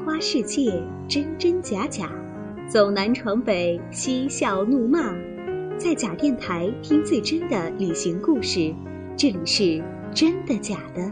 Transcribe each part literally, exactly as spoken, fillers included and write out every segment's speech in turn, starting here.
花世界，真真假假，走南闯北，嬉笑怒骂，在假电台听最真的旅行故事，这里是真的假的。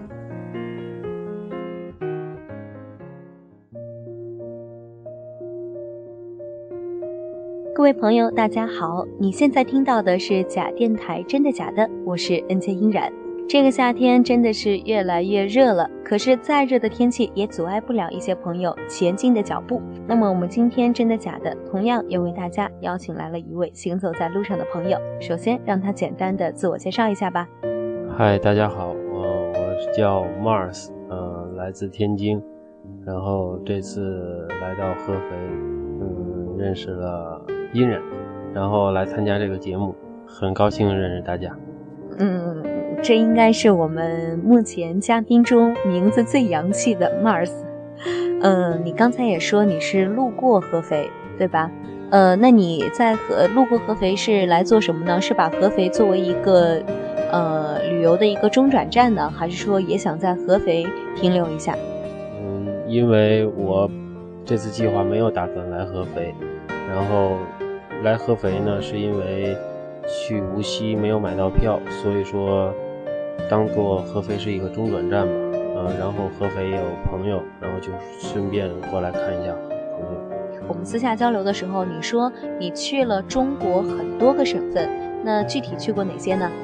各位朋友大家好，你现在听到的是假电台真的假的，我是恩千英然。这个夏天真的是越来越热了，可是再热的天气也阻碍不了一些朋友前进的脚步。那么我们今天真的假的同样也为大家邀请来了一位行走在路上的朋友，首先让他简单的自我介绍一下吧。 嗨，大家好，我我叫 Mars， 呃，来自天津，然后这次来到合肥，嗯，认识了殷然，然后来参加这个节目，很高兴认识大家。 嗯，这应该是我们目前嘉宾中名字最洋气的 Mars。嗯，你刚才也说你是路过合肥，对吧？呃，那你在合路过合肥是来做什么呢？是把合肥作为一个呃旅游的一个中转站呢，还是说也想在合肥停留一下？ 嗯，因为我这次计划没有打算来合肥，然后来合肥呢是因为去无锡没有买到票，所以说当做合肥是一个中转站吧。呃，然后合肥也有朋友，然后就顺便过来看一下朋友。 我们私下交流的时候，你说你去了中国很多个省份，那具体去过哪些呢？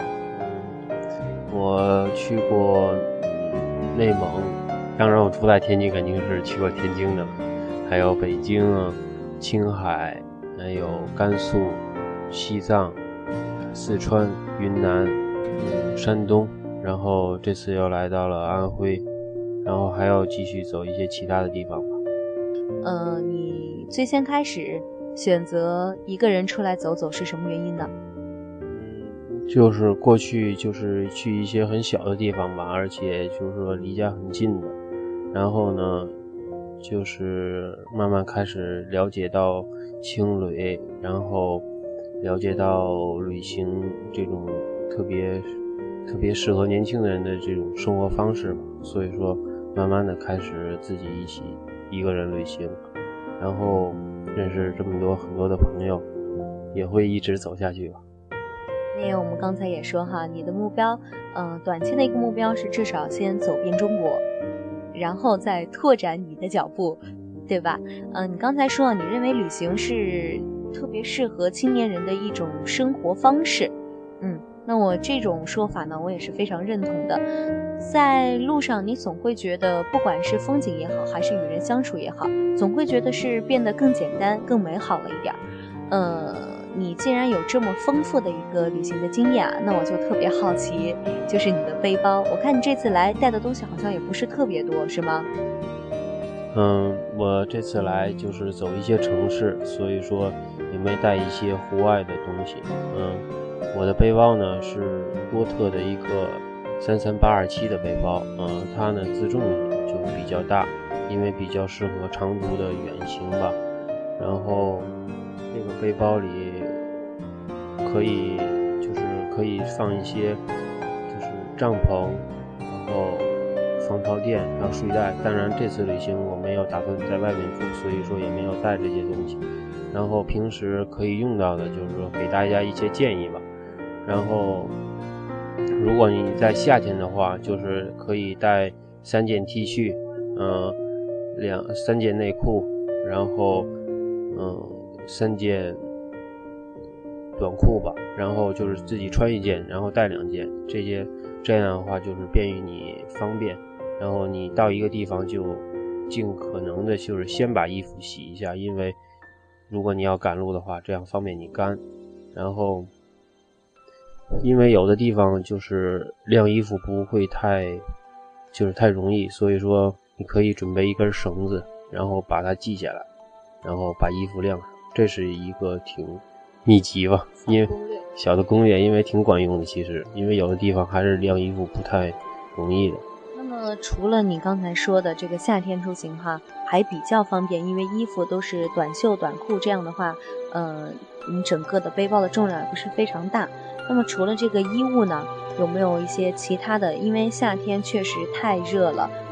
我去过、嗯、内蒙，当然我住在天津肯定是去过天津的了，还有北京啊、青海，还有甘肃、西藏、四川、云南、嗯、山东，然后这次又来到了安徽，然后还要继续走一些其他的地方吧。 呃，你最先开始选择一个人出来走走是什么原因呢？ 嗯，就是过去就是去一些很小的地方吧，而且就是说离家很近的，然后呢就是慢慢开始了解到轻旅，然后了解到旅行这种特别特别适合年轻人的这种生活方式吧，所以说慢慢的开始自己一起一个人旅行，然后认识这么多很多的朋友，也会一直走下去吧。 因为我们刚才也说哈，你的目标嗯、呃，短期的一个目标是至少先走遍中国，然后再拓展你的脚步，对吧？嗯、呃，你刚才说你认为旅行是特别适合青年人的一种生活方式，嗯，那我这种说法呢，我也是非常认同的。在路上你总会觉得不管是风景也好，还是与人相处也好，总会觉得是变得更简单更美好了一点。呃，你既然有这么丰富的一个旅行的经验啊，那我就特别好奇，就是你的背包，我看你这次来带的东西好像也不是特别多，是吗？ 嗯，我这次来就是走一些城市，所以说也没带一些户外的东西。嗯，我的背包呢是多特的一个三三八二七的背包，嗯，它呢自重就比较大，因为比较适合长途的远行吧。然后这个背包里可以就是可以放一些就是帐篷，然后防潮垫还有睡袋，当然这次旅行我没有打算在外面住，所以说也没有带这些东西。然后平时可以用到的就是说给大家一些建议吧。然后如果你在夏天的话，就是可以带三件 T 恤，嗯，两三件内裤，然后嗯三件短裤吧，然后就是自己穿一件，然后带两件，这些这样的话就是便于你方便。然后你到一个地方就尽可能的就是先把衣服洗一下，因为如果你要赶路的话，这样方便你干。然后因为有的地方就是晾衣服不会太就是太容易，所以说你可以准备一根绳子，然后把它系下来，然后把衣服晾上，这是一个挺秘籍吧，因为小的攻略，因为挺管用的。其实因为有的地方还是晾衣服不太容易的。 那么除了你刚才说的这个夏天出行哈，还比较方便，因为衣服都是短袖短裤，这样的话呃，你整个的背包的重量也不是非常大。那么除了这个衣物呢，有没有一些其他的，因为夏天确实太热了，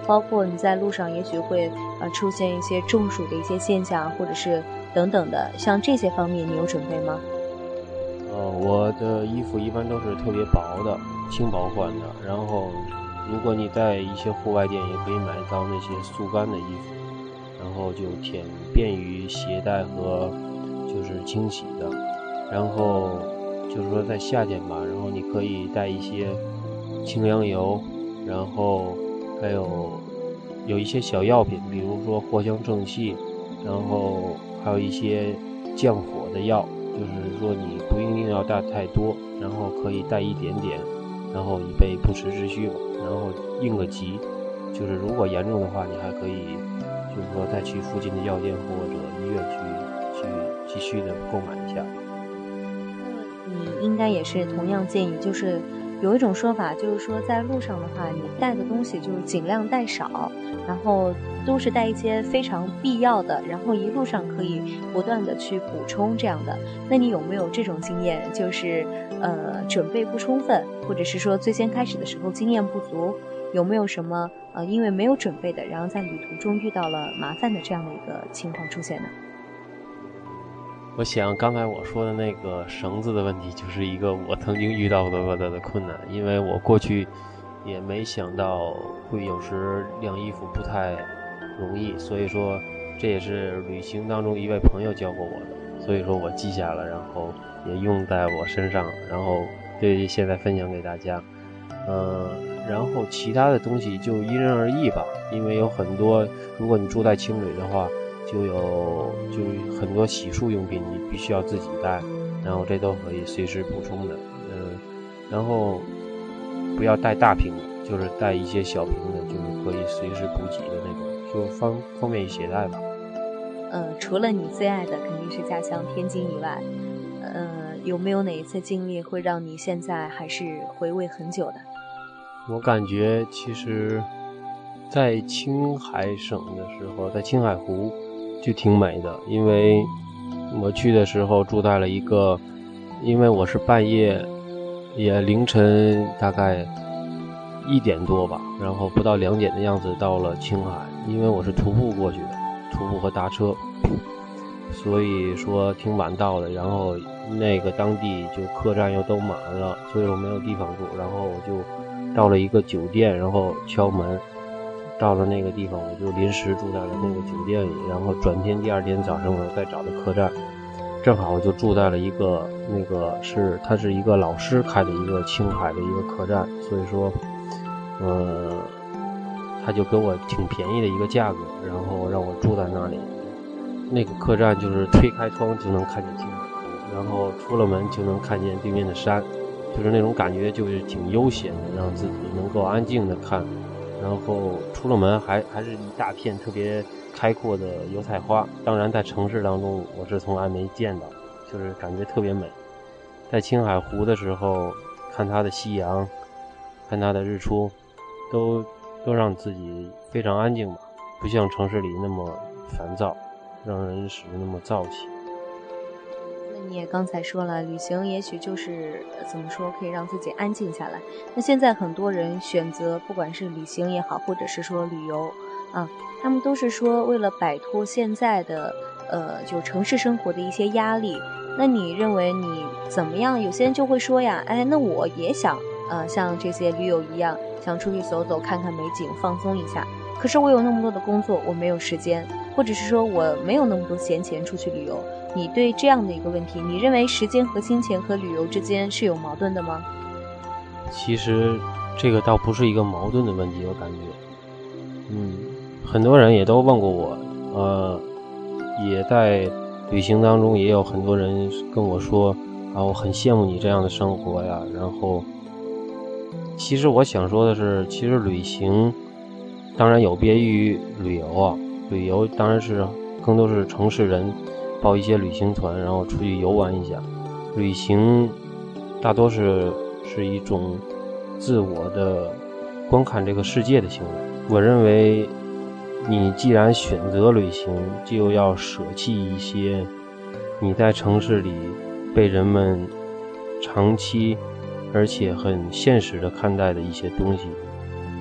包括你在路上也许会呃出现一些中暑的一些现象，或者是等等的，像这些方面你有准备吗？ 呃，我的衣服一般都是特别薄的、轻薄款的，然后如果你在一些户外店也可以买到那些速干的衣服，然后就挺便于携带和就是清洗的。然后就是说在夏天吧，然后你可以带一些清凉油，然后还有有一些小药品，比如说藿香正气，然后还有一些降火的药，就是说你不一定要带太多，然后可以带一点点，然后以备不时之需吧。然后应个急，就是如果严重的话，你还可以就是说再去附近的药店或者医院去去继续的购买一下。 你应该也是同样建议，就是有一种说法，就是说在路上的话，你带的东西就是尽量带少，然后都是带一些非常必要的，然后一路上可以不断的去补充这样的。那你有没有这种经验，就是呃准备不充分，或者是说最先开始的时候经验不足，有没有什么呃因为没有准备的，然后在旅途中遇到了麻烦的这样的一个情况出现呢？ 我想刚才我说的那个绳子的问题，就是一个我曾经遇到过的困难，因为我过去也没想到会有时晾衣服不太容易，所以说这也是旅行当中一位朋友教过我的，所以说我记下了，然后也用在我身上，然后对现在分享给大家。嗯，然后其他的东西就因人而异吧，因为有很多，如果你住在青旅的话，就有就很多洗漱用品你必须要自己带，然后这都可以随时补充的。嗯，然后不要带大瓶的，就是带一些小瓶的，就是可以随时补给的那种，就方方便携带吧。 呃，除了你最爱的肯定是家乡天津以外，呃，有没有哪一次经历会让你现在还是回味很久的？ 我感觉其实在青海省的时候，在青海湖就挺美的，因为我去的时候住在了一个，因为我是半夜也凌晨大概一点多吧，然后不到两点的样子到了青海，因为我是徒步过去的，徒步和搭车，所以说挺晚到的，然后那个当地就客栈又都满了，所以我没有地方住，然后我就到了一个酒店，然后敲门，到了那个地方我就临时住在了那个酒店里，然后转天第二天早上我再找的客栈，正好我就住在了一个那个是它是一个老师开的一个青海的一个客栈，所以说呃他就给我挺便宜的一个价格，然后让我住在那里。那个客栈就是推开窗就能看见青海湖，然后出了门就能看见对面的山，就是那种感觉就是挺悠闲的，让自己能够安静的看，然后出了门还还是一大片特别开阔的油菜花，当然在城市当中我是从来没见到，就是感觉特别美。在青海湖的时候看它的夕阳，看它的日出，都都让自己非常安静吧，不像城市里那么烦躁，让人使那么燥气。 那你也刚才说了，旅行也许就是怎么说可以让自己安静下来。那现在很多人选择不管是旅行也好，或者是说旅游啊，他们都是说为了摆脱现在的呃就城市生活的一些压力。那你认为你怎么样？有些人就会说呀，哎，那我也想呃像这些驴友一样，想出去走走，看看美景，放松一下。可是我有那么多的工作，我没有时间，或者是说我没有那么多闲钱出去旅游。你对这样的一个问题，你认为时间和金钱和旅游之间是有矛盾的吗？ 其实这个倒不是一个矛盾的问题，我感觉嗯，很多人也都问过我，呃也在旅行当中也有很多人跟我说啊，我很羡慕你这样的生活呀。然后其实我想说的是，其实旅行当然有别于旅游啊，旅游当然是更多是城市人报一些旅行团，然后出去游玩一下。旅行大多是是一种自我的观看这个世界的行为。我认为你既然选择旅行，就要舍弃一些你在城市里被人们长期而且很现实的看待的一些东西，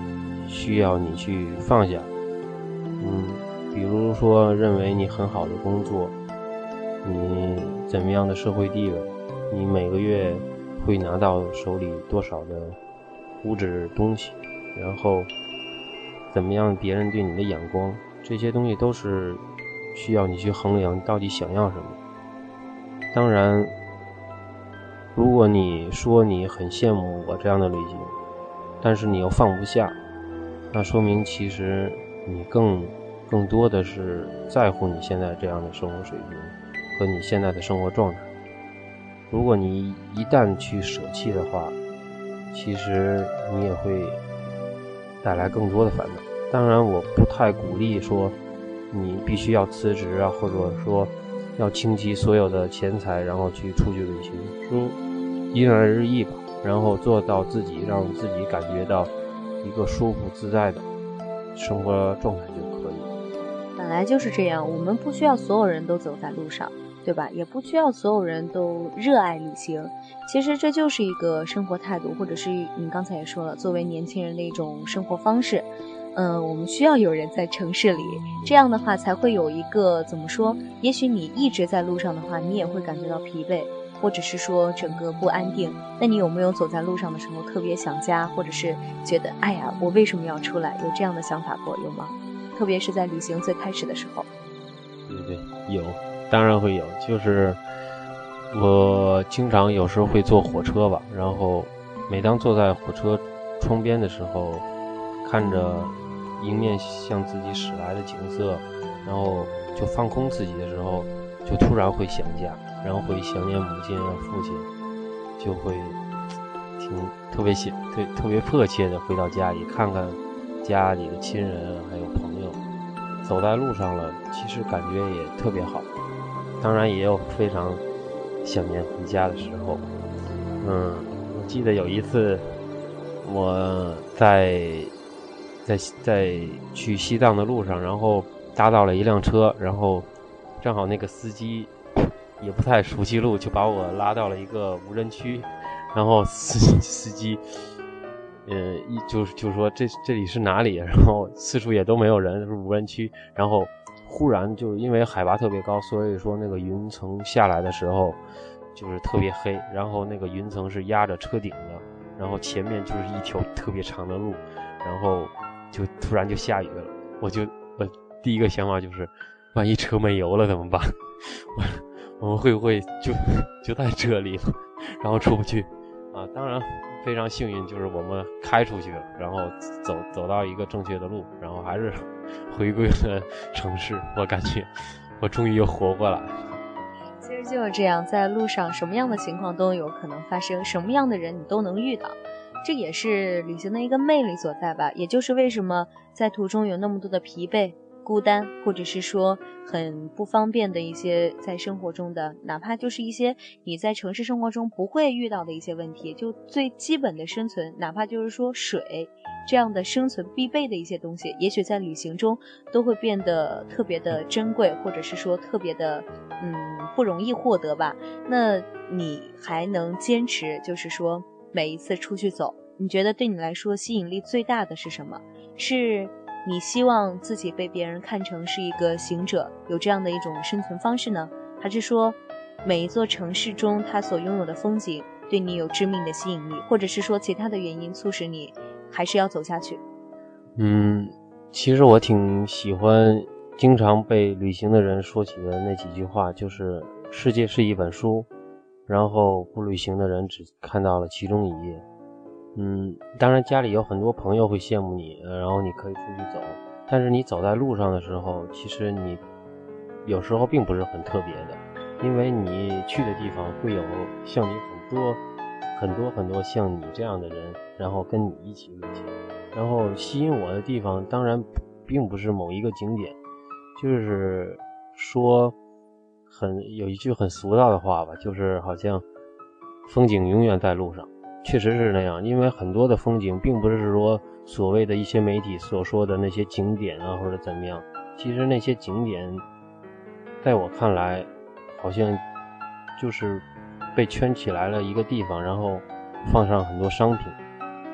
需要你去放下。嗯，比如说认为你很好的工作，你怎么样的社会地位，你每个月会拿到手里多少的物质东西，然后怎么样别人对你的眼光，这些东西都是需要你去衡量你到底想要什么。当然如果你说你很羡慕我这样的旅行，但是你又放不下，那说明其实你更更多的是在乎你现在这样的生活水平和你现在的生活状态。如果你一旦去舍弃的话，其实你也会带来更多的烦恼。当然我不太鼓励说你必须要辞职啊，或者说要倾其所有的钱财然后去出去旅行，说因人而异吧，然后做到自己让自己感觉到一个舒服自在的生活状态就可以。 本来就是这样，我们不需要所有人都走在路上，对吧？也不需要所有人都热爱旅行。其实这就是一个生活态度，或者是你刚才也说了，作为年轻人的一种生活方式。嗯，我们需要有人在城市里，这样的话才会有一个怎么说？也许你一直在路上的话，你也会感觉到疲惫，或者是说整个不安定。那你有没有走在路上的时候特别想家，或者是觉得哎呀，我为什么要出来？有这样的想法过，有吗？特别是在旅行最开始的时候。 对对，有，当然会有。就是我经常有时候会坐火车吧，然后每当坐在火车窗边的时候，看着迎面向自己驶来的景色，然后就放空自己的时候，就突然会想家，然后会想念母亲啊父亲，就会挺特别想特特别迫切的回到家里看看家里的亲人还有朋友。走在路上了，其实感觉也特别好，当然也有非常想念回家的时候。嗯，我记得有一次我在在在去西藏的路上，然后搭到了一辆车，然后正好那个司机也不太熟悉路，就把我拉到了一个无人区，然后司司机呃一就就说这这里是哪里，然后四处也都没有人，是无人区。然后忽然就因为海拔特别高，所以说那个云层下来的时候就是特别黑，然后那个云层是压着车顶的，然后前面就是一条特别长的路，然后就突然就下雨了。我就我第一个想法就是万一车没油了怎么办，我我们会不会就就在这里了，然后出不去啊？当然非常幸运，就是我们开出去了，然后走走到一个正确的路，然后还是回归了城市。我感觉我终于又活过来了。 其实就是这样，在路上什么样的情况都有可能发生，什么样的人你都能遇到，这也是旅行的一个魅力所在吧。也就是为什么在途中有那么多的疲惫、孤单，或者是说很不方便的一些在生活中的，哪怕就是一些你在城市生活中不会遇到的一些问题，就最基本的生存，哪怕就是说水这样的生存必备的一些东西，也许在旅行中都会变得特别的珍贵，或者是说特别的嗯不容易获得吧。那你还能坚持，就是说每一次出去走，你觉得对你来说吸引力最大的是什么？是你希望自己被别人看成是一个行者，有这样的一种生存方式呢？还是说每一座城市中它所拥有的风景对你有致命的吸引力，或者是说其他的原因促使你还是要走下去？ 嗯，其实我挺喜欢经常被旅行的人说起的那几句话，就是世界是一本书，然后不旅行的人只看到了其中一页。嗯，当然家里有很多朋友会羡慕你，然后你可以出去走，但是你走在路上的时候，其实你有时候并不是很特别的，因为你去的地方会有像你很多很多很多像你这样的人，然后跟你一起旅行。然后吸引我的地方当然并不是某一个景点，就是说很有一句很俗套的话吧，就是好像风景永远在路上。确实是那样，因为很多的风景并不是说所谓的一些媒体所说的那些景点啊或者怎么样，其实那些景点在我看来好像就是被圈起来了一个地方，然后放上很多商品，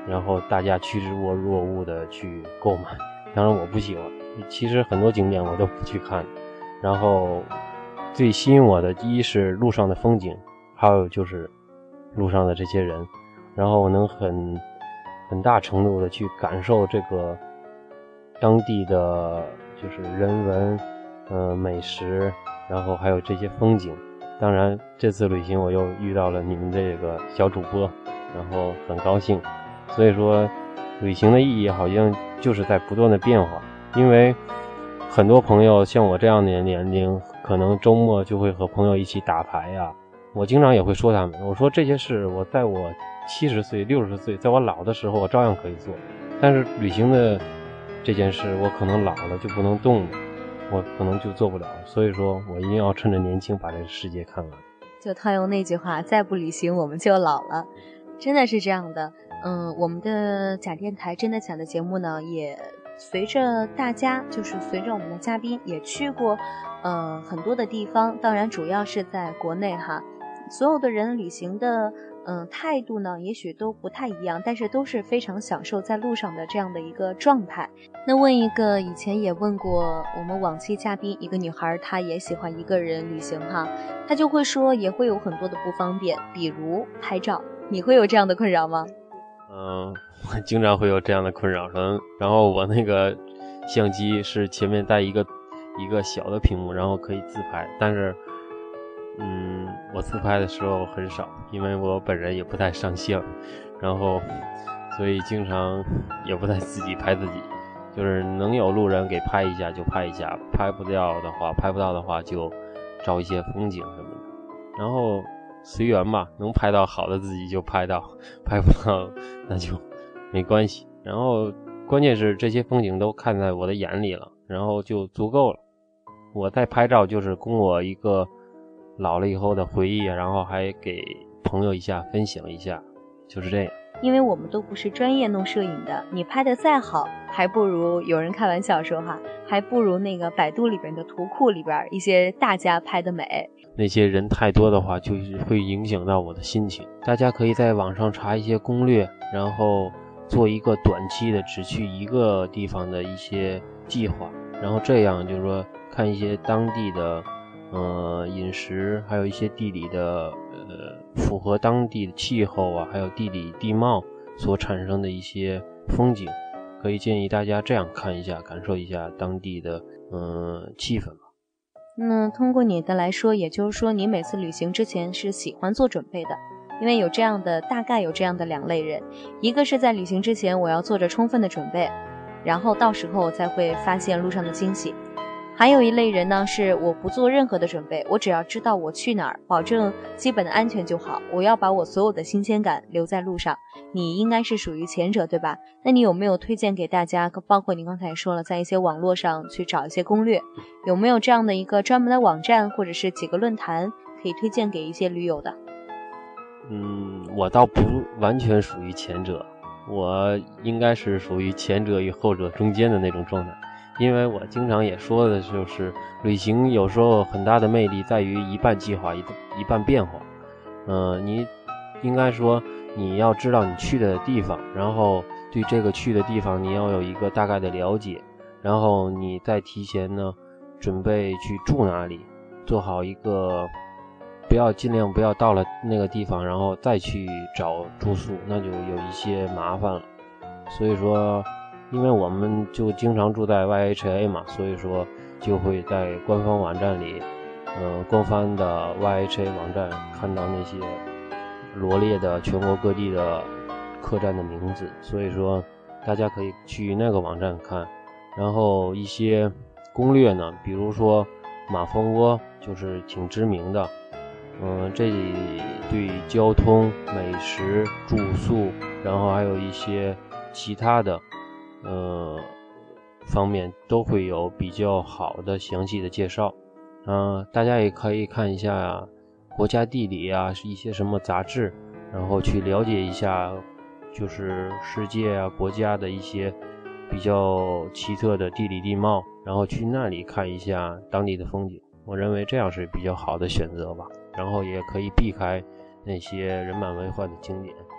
然后大家趋之若鹜的去购买。当然我不喜欢，其实很多景点我都不去看。然后最吸引我的一是路上的风景，还有就是路上的这些人，然后我能很很大程度的去感受这个当地的就是人文呃美食，然后还有这些风景。当然这次旅行我又遇到了你们这个小主播，然后很高兴。所以说旅行的意义好像就是在不断的变化，因为很多朋友像我这样的年龄，可能周末就会和朋友一起打牌呀、啊。我经常也会说他们，我说这些事我在我七十岁六十岁在我老的时候我照样可以做，但是旅行的这件事我可能老了就不能动了，我可能就做不了。所以说我一定要趁着年轻把这个世界看完。 就套用那句话，再不旅行我们就老了，真的是这样的。嗯，我们的假电台真的假的节目呢，也随着大家，就是随着我们的嘉宾也去过呃很多的地方，当然主要是在国内哈。所有的人旅行的嗯、呃、态度呢也许都不太一样，但是都是非常享受在路上的这样的一个状态。那问一个以前也问过我们往期嘉宾，一个女孩她也喜欢一个人旅行哈，她就会说也会有很多的不方便，比如拍照。你会有这样的困扰吗？ 嗯，我经常会有这样的困扰。然后我那个相机是前面带一个一个小的屏幕，然后可以自拍，但是嗯，我自拍的时候很少，因为我本人也不太上相，然后所以经常也不太自己拍自己，就是能有路人给拍一下就拍一下，拍不掉的话拍不到的话就照一些风景什么的，然后随缘吧，能拍到好的自己就拍到，拍不到那就没关系。然后关键是这些风景都看在我的眼里了，然后就足够了。我在拍照就是供我一个老了以后的回忆，然后还给朋友一下分享一下，就是这样。 因为我们都不是专业弄摄影的，你拍的再好，还不如有人开玩笑说哈，还不如那个百度里边的图库里边一些大家拍的美。 那些人太多的话，就是会影响到我的心情。大家可以在网上查一些攻略，然后做一个短期的只去一个地方的一些计划，然后这样就是说看一些当地的呃饮食，还有一些地理的呃符合当地的气候啊，还有地理地貌所产生的一些风景，可以建议大家这样看一下，感受一下当地的呃气氛吧。 那通过你的来说，也就是说你每次旅行之前是喜欢做准备的，因为有这样的大概有这样的两类人，一个是在旅行之前我要做着充分的准备，然后到时候再会发现路上的惊喜。还有一类人呢，是我不做任何的准备，我只要知道我去哪儿，保证基本的安全就好，我要把我所有的新鲜感留在路上。你应该是属于前者对吧？那你有没有推荐给大家，包括你刚才也说了，在一些网络上去找一些攻略，有没有这样的一个专门的网站或者是几个论坛可以推荐给一些驴友的？ 嗯，我倒不完全属于前者，我应该是属于前者与后者中间的那种状态。因为我经常也说的就是旅行有时候很大的魅力在于一半计划一一半变化。嗯、呃，你应该说你要知道你去的地方，然后对这个去的地方你要有一个大概的了解，然后你再提前呢准备去住哪里，做好一个不要尽量不要到了那个地方然后再去找住宿，那就有一些麻烦了。所以说因为我们就经常住在 Y H A 嘛，所以说就会在官方网站里呃，官方的 Y H A 网站看到那些罗列的全国各地的客栈的名字，所以说大家可以去那个网站看。然后一些攻略呢，比如说马蜂窝就是挺知名的，嗯，这里对交通、美食、住宿，然后还有一些其他的呃方面都会有比较好的详细的介绍。嗯、呃，大家也可以看一下国家地理啊，是一些什么杂志，然后去了解一下就是世界啊国家的一些比较奇特的地理地貌，然后去那里看一下当地的风景，我认为这样是比较好的选择吧。然后也可以避开那些人满为患的景点。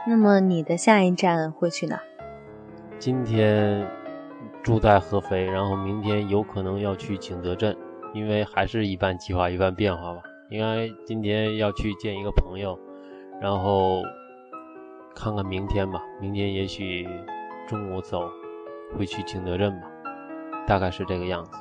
那么你的下一站会去哪？ 今天住在合肥，然后明天有可能要去景德镇，因为还是一半计划一半变化吧。应该今天要去见一个朋友，然后看看明天吧，明天也许中午走会去景德镇吧，大概是这个样子。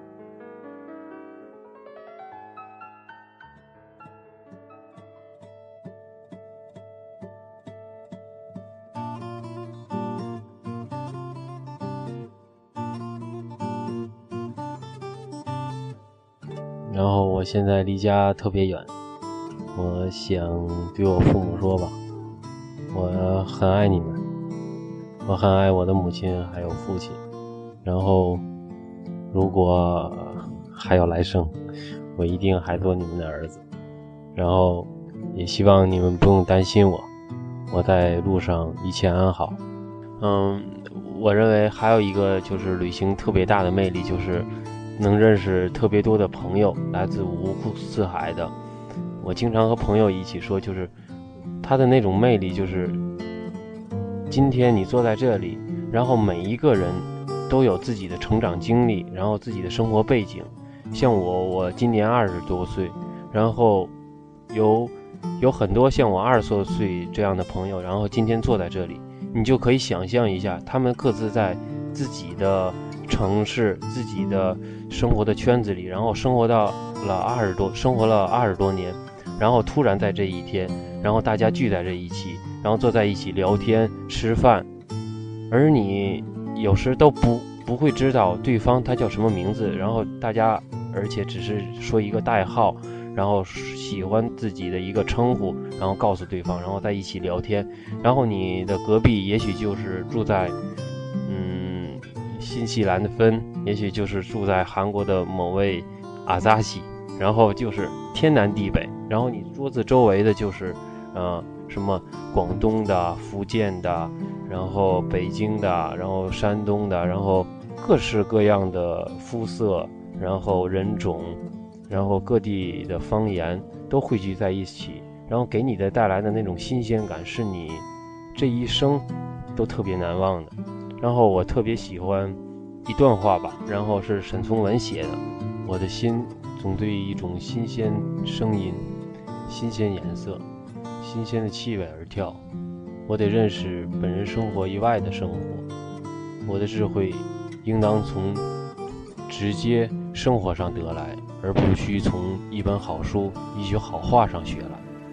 然后我现在离家特别远，我想对我父母说吧，我很爱你们，我很爱我的母亲还有父亲，然后如果还有来生，我一定还做你们的儿子，然后也希望你们不用担心我，我在路上一切安好。嗯，我认为还有一个就是旅行特别大的魅力，就是能认识特别多的朋友，来自五湖四海的。我经常和朋友一起说，就是他的那种魅力，就是今天你坐在这里，然后每一个人都有自己的成长经历，然后自己的生活背景。像我，我今年二十多岁，然后有有很多像我二十多岁这样的朋友，然后今天坐在这里，你就可以想象一下，他们各自在自己的城市、自己的生活的圈子里，然后生活到了二十多，生活了二十多年，然后突然在这一天，然后大家聚在这一起，然后坐在一起聊天、吃饭，而你有时都不不会知道对方他叫什么名字，然后大家而且只是说一个代号，然后喜欢自己的一个称呼，然后告诉对方，然后在一起聊天，然后你的隔壁也许就是住在嗯新西兰的芬，也许就是住在韩国的某位阿扎西，然后就是天南地北，然后你桌子周围的就是呃什么广东的、福建的，然后北京的，然后山东的，然后各式各样的肤色，然后人种，然后各地的方言都汇聚在一起，然后给你的带来的那种新鲜感是你这一生都特别难忘的。然后我特别喜欢一段话吧，然后是沈从文写的，我的心总对一种新鲜声音、新鲜颜色、新鲜的气味而跳，我得认识本人生活以外的生活，我的智慧应当从直接生活上得来，而不需从一本好书、一句好话上学来。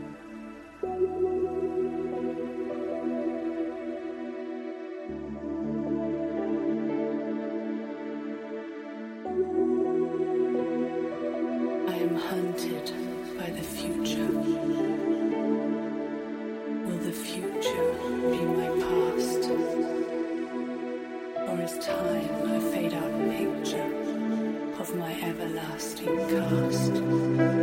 Hunted by the future. Will the future be my past? Or is time a fade-out picture of my everlasting cast?